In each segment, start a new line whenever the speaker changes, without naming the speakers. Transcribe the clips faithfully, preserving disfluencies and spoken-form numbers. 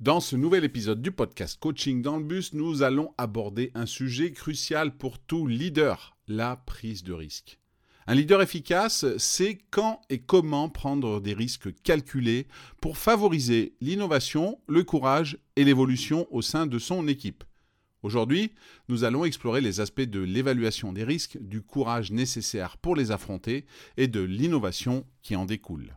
Dans ce nouvel épisode du podcast Coaching dans le bus, nous allons aborder un sujet crucial pour tout leader, la prise de risque. Un leader efficace sait quand et comment prendre des risques calculés pour favoriser l'innovation, le courage et l'évolution au sein de son équipe. Aujourd'hui, nous allons explorer les aspects de l'évaluation des risques, du courage nécessaire pour les affronter et de l'innovation qui en découle.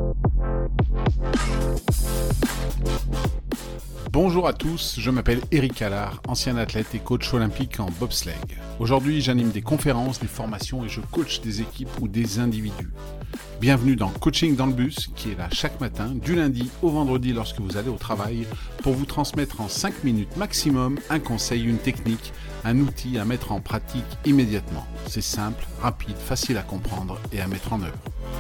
Bonjour à tous, je m'appelle Eric Allard, ancien athlète et coach olympique en bobsleigh. Aujourd'hui, j'anime des conférences, des formations et je coach des équipes ou des individus. Bienvenue dans Coaching dans le bus, qui est là chaque matin, du lundi au vendredi lorsque vous allez au travail, pour vous transmettre en cinq minutes maximum un conseil, une technique, un outil à mettre en pratique immédiatement. C'est simple, rapide, facile à comprendre et à mettre en œuvre.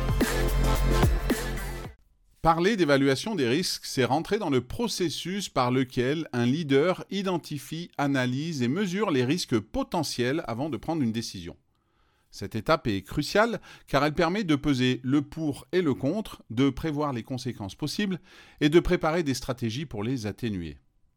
Parler d'évaluation des risques, c'est rentrer dans le processus par lequel un leader identifie, analyse et mesure les risques potentiels avant de prendre une décision. Cette étape est cruciale car elle permet de peser le pour et le contre, de prévoir les conséquences possibles et de préparer des stratégies pour les atténuer.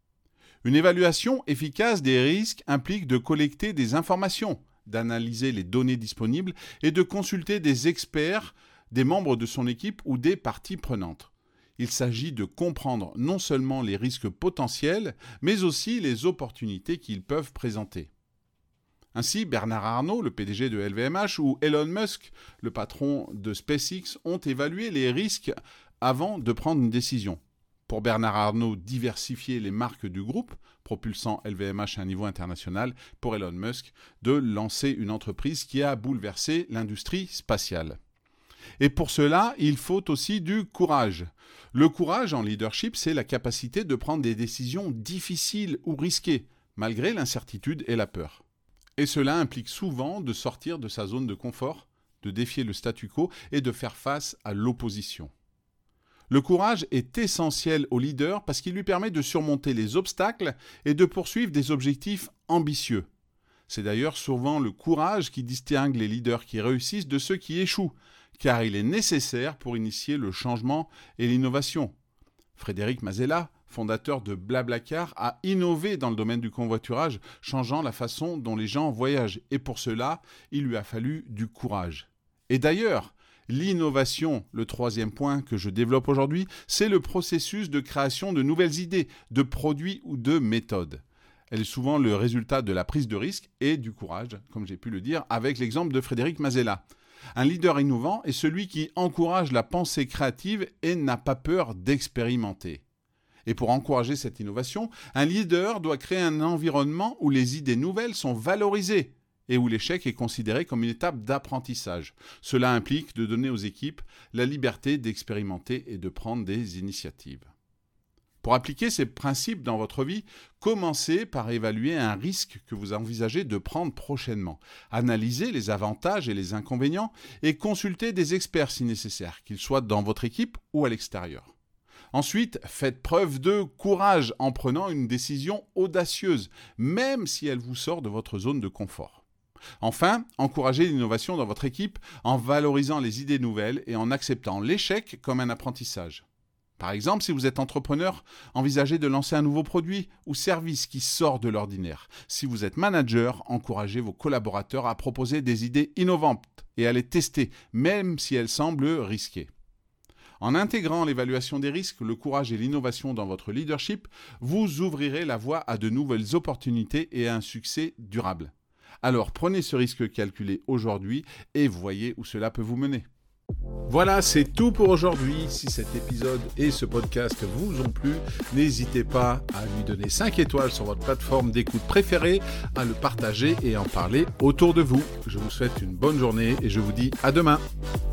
Une évaluation efficace des risques implique de collecter des informations, d'analyser les données disponibles et de consulter des experts, des membres de son équipe ou des parties prenantes. Il s'agit de comprendre non seulement les risques potentiels, mais aussi les opportunités qu'ils peuvent présenter. Ainsi, Bernard Arnault, le P D G de L V M H, ou Elon Musk, le patron de SpaceX, ont évalué les risques avant de prendre une décision. Pour Bernard Arnault, diversifier les marques du groupe, propulsant L V M H à un niveau international. Pour Elon Musk, de lancer une entreprise qui a bouleversé l'industrie spatiale. Et pour cela, il faut aussi du courage. Le courage en leadership, c'est la capacité de prendre des décisions difficiles ou risquées, malgré l'incertitude et la peur. Et cela implique souvent de sortir de sa zone de confort, de défier le statu quo et de faire face à l'opposition. Le courage est essentiel au leader parce qu'il lui permet de surmonter les obstacles et de poursuivre des objectifs ambitieux. C'est d'ailleurs souvent le courage qui distingue les leaders qui réussissent de ceux qui échouent, car il est nécessaire pour initier le changement et l'innovation. Frédéric Mazella, fondateur de Blablacar, a innové dans le domaine du convoiturage, changeant la façon dont les gens voyagent. Et pour cela, il lui a fallu du courage. Et d'ailleurs, l'innovation, le troisième point que je développe aujourd'hui, c'est le processus de création de nouvelles idées, de produits ou de méthodes. Elle est souvent le résultat de la prise de risque et du courage, comme j'ai pu le dire avec l'exemple de Frédéric Mazella. Un leader innovant est celui qui encourage la pensée créative et n'a pas peur d'expérimenter. Et pour encourager cette innovation, un leader doit créer un environnement où les idées nouvelles sont valorisées et où l'échec est considéré comme une étape d'apprentissage. Cela implique de donner aux équipes la liberté d'expérimenter et de prendre des initiatives. Pour appliquer ces principes dans votre vie, commencez par évaluer un risque que vous envisagez de prendre prochainement. Analysez les avantages et les inconvénients et consultez des experts si nécessaire, qu'ils soient dans votre équipe ou à l'extérieur. Ensuite, faites preuve de courage en prenant une décision audacieuse, même si elle vous sort de votre zone de confort. Enfin, encouragez l'innovation dans votre équipe en valorisant les idées nouvelles et en acceptant l'échec comme un apprentissage. Par exemple, si vous êtes entrepreneur, envisagez de lancer un nouveau produit ou service qui sort de l'ordinaire. Si vous êtes manager, encouragez vos collaborateurs à proposer des idées innovantes et à les tester, même si elles semblent risquées. En intégrant l'évaluation des risques, le courage et l'innovation dans votre leadership, vous ouvrirez la voie à de nouvelles opportunités et à un succès durable. Alors prenez ce risque calculé aujourd'hui et voyez où cela peut vous mener. Voilà, c'est tout pour aujourd'hui. Si cet épisode et ce podcast vous ont plu, n'hésitez pas à lui donner cinq étoiles sur votre plateforme d'écoute préférée, à le partager et en parler autour de vous. Je vous souhaite une bonne journée et je vous dis à demain.